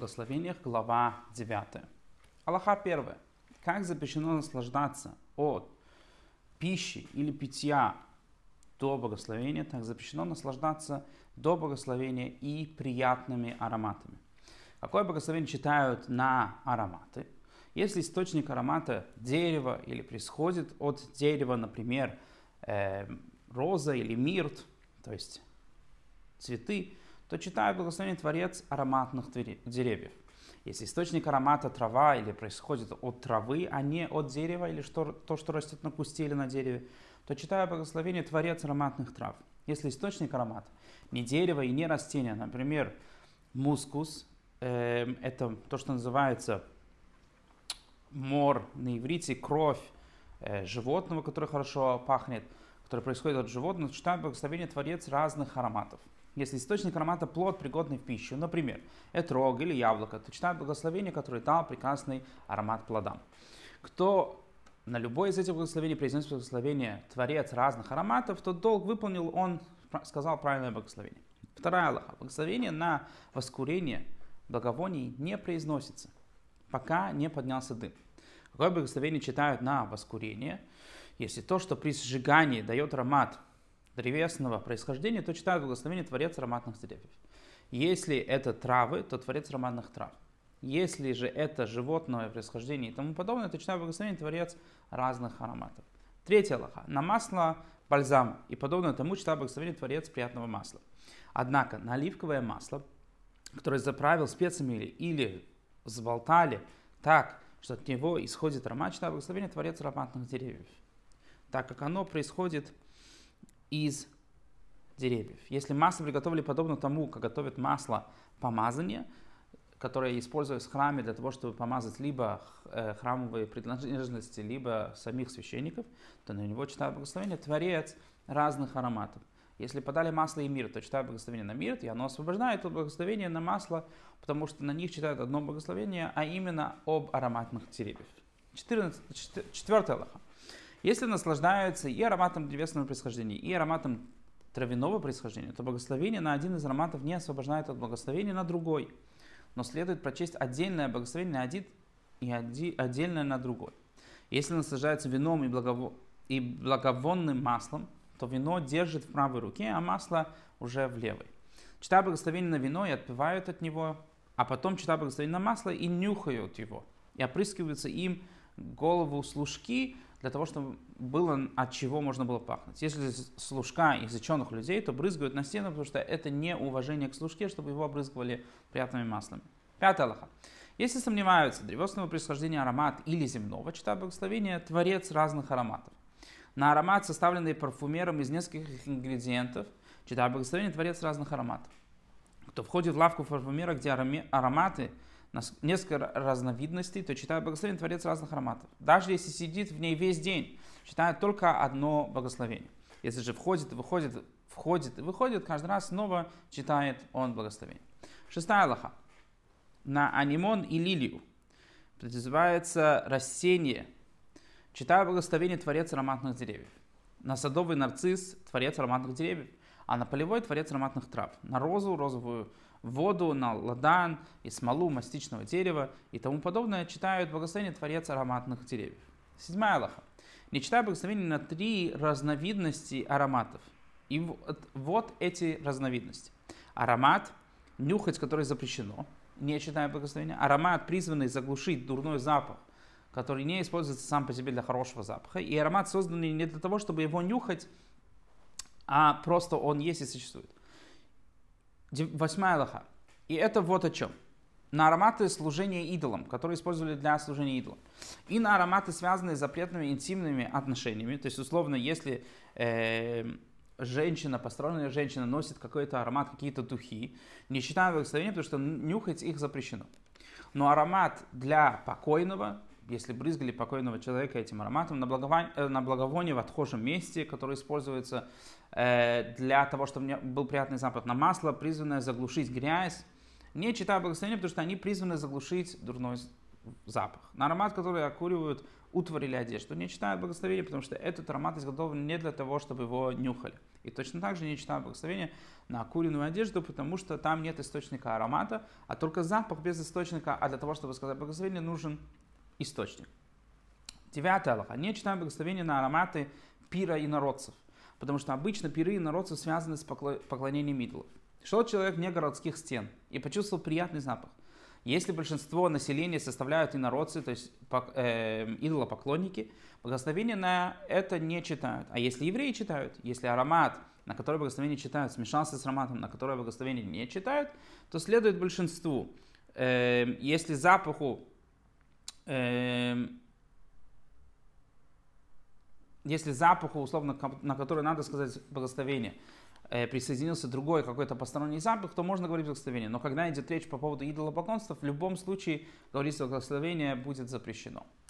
благословениях, глава 9. Алаха 1. Как запрещено наслаждаться от пищи или питья до благословения, так запрещено наслаждаться до благословения и приятными ароматами. Какое благословение читают на ароматы? Если источник аромата дерево или происходит от дерева, например, роза или мирт, то есть цветы, то читают благословение Творец ароматных деревьев. Если источник аромата трава или происходит от травы, а не от дерева или то, что растет на кусте или на дереве, то читаю благословение Творец ароматных трав. Если источник аромата не дерево и не растение, например, мускус, это то, что называется мор на иврите, кровь животного, которое хорошо пахнет, которое происходит от животного, читают благословение Творец разных ароматов. Если источник аромата плод, пригодный в пищу, например, этрог или яблоко, то читают благословение, которое дал прекрасный аромат плодам. Кто на любое из этих благословений произносит благословение Творец разных ароматов, тот долг выполнил, он сказал правильное благословение. Вторая алаха. Благословение на воскурение благовоний не произносится, пока не поднялся дым. Какое благословение читают на воскурение? Если то, что при сжигании дает аромат древесного происхождения, то читают благословение Творец ароматных деревьев. Если это травы, то Творец ароматных трав. Если же это животное происхождение и тому подобное, то читают благословение Творец разных ароматов. Третья алаха. На масло бальзама и подобное тому читают благословение Творец приятного масла. Однако на оливковое масло, которое заправил специями или взболтали так, что от него исходит аромат, читают благословение Творец ароматных деревьев, так как оно происходит из деревьев. Если масло приготовили подобно тому, как готовят масло помазания, которое используется в храме для того, чтобы помазать либо храмовые принадлежности, либо самих священников, то на него читают благословение Творец разных ароматов. Если подали масло и мирт, то читают благословение на мирт, и оно освобождает от благословения на масло, потому что на них читают одно благословение, а именно об ароматных деревьев. 4 алаха. Если наслаждаются и ароматом древесного происхождения, и ароматом травяного происхождения, то благословение на один из ароматов не освобождает от благословения на другой. Но следует прочесть отдельное благословение на один и отдельное на другой. Если наслаждаются вином и благовонным маслом, то вино держит в правой руке, а масло уже в левой. Читают благословение на вино и отпивают от него, а потом читают благословение на масло и нюхают его, и опрыскиваются им голову служки, для того, чтобы было от чего можно было пахнуть. Если служка из ученых людей, то брызгают на стену, потому что это не уважение к служке, чтобы его обрызгивали приятными маслами. 5 алаха. Если сомневаются древесного происхождения аромат или земного, читают благословение Творец разных ароматов. На аромат, составленный парфюмером из нескольких ингредиентов, читают благословение Творец разных ароматов. Кто входит в лавку парфюмера, где ароматы несколько разновидностей, то читает благословение Творец разных ароматов. Даже если сидит в ней весь день, читает только одно благословение. Если же входит и выходит, каждый раз снова читает он благословение. 6 алаха. На анимон и лилию призывается растение. Читаю благословение Творец ароматных деревьев. На садовый нарцисс Творец ароматных деревьев, а на полевой Творец ароматных трав. На розовую воду, на ладан и смолу мастичного дерева и тому подобное читают благословение Творец ароматных деревьев. 7 алаха. Не читаю благословение на 3 разновидности ароматов. И вот эти разновидности. Аромат, нюхать который запрещено, не читаю благословение. Аромат, призванный заглушить дурной запах, который не используется сам по себе для хорошего запаха. И аромат, созданный не для того, чтобы его нюхать, а просто он есть и существует. 8 алаха. И это вот о чем. На ароматы служения идолам, которые использовали для служения идолам. И на ароматы, связанные с запретными интимными отношениями. То есть, условно, если построенная женщина носит какой-то аромат, какие-то духи, не читаем благословения, потому что нюхать их запрещено. Но аромат для покойного, если брызгали покойного человека этим ароматом, на благовоние в отхожем месте, которое используется для того, чтобы был приятный запах, на масло, призванное заглушить грязь, не читаю благословения, потому что они призваны заглушить дурной запах. На аромат, который окуривают утварь или одежду, не читают благословения, потому что этот аромат изготовлен не для того, чтобы его нюхали. И точно так же не читают благословение на куриную одежду, потому что там нет источника аромата, а только запах без источника, а для того, чтобы сказать благословение, нужен источник. 9 алаха. Не читаем благословение на ароматы пира инородцев, потому что обычно пиры инородцев связаны с поклонением идолов. Шел человек вне городских стен и почувствовал приятный запах. Если большинство населения составляют инородцы, то есть идолопоклонники, благословение на это не читают. А если евреи читают, если аромат, на который благословение читают, смешался с ароматом, на который благословение не читают, то следует большинству. Если запаху условно, на который надо сказать благословение, присоединился другой какой-то посторонний запах, то можно говорить благословение. Но когда идет речь по поводу идолопоклонства, в любом случае говорить благословение будет запрещено.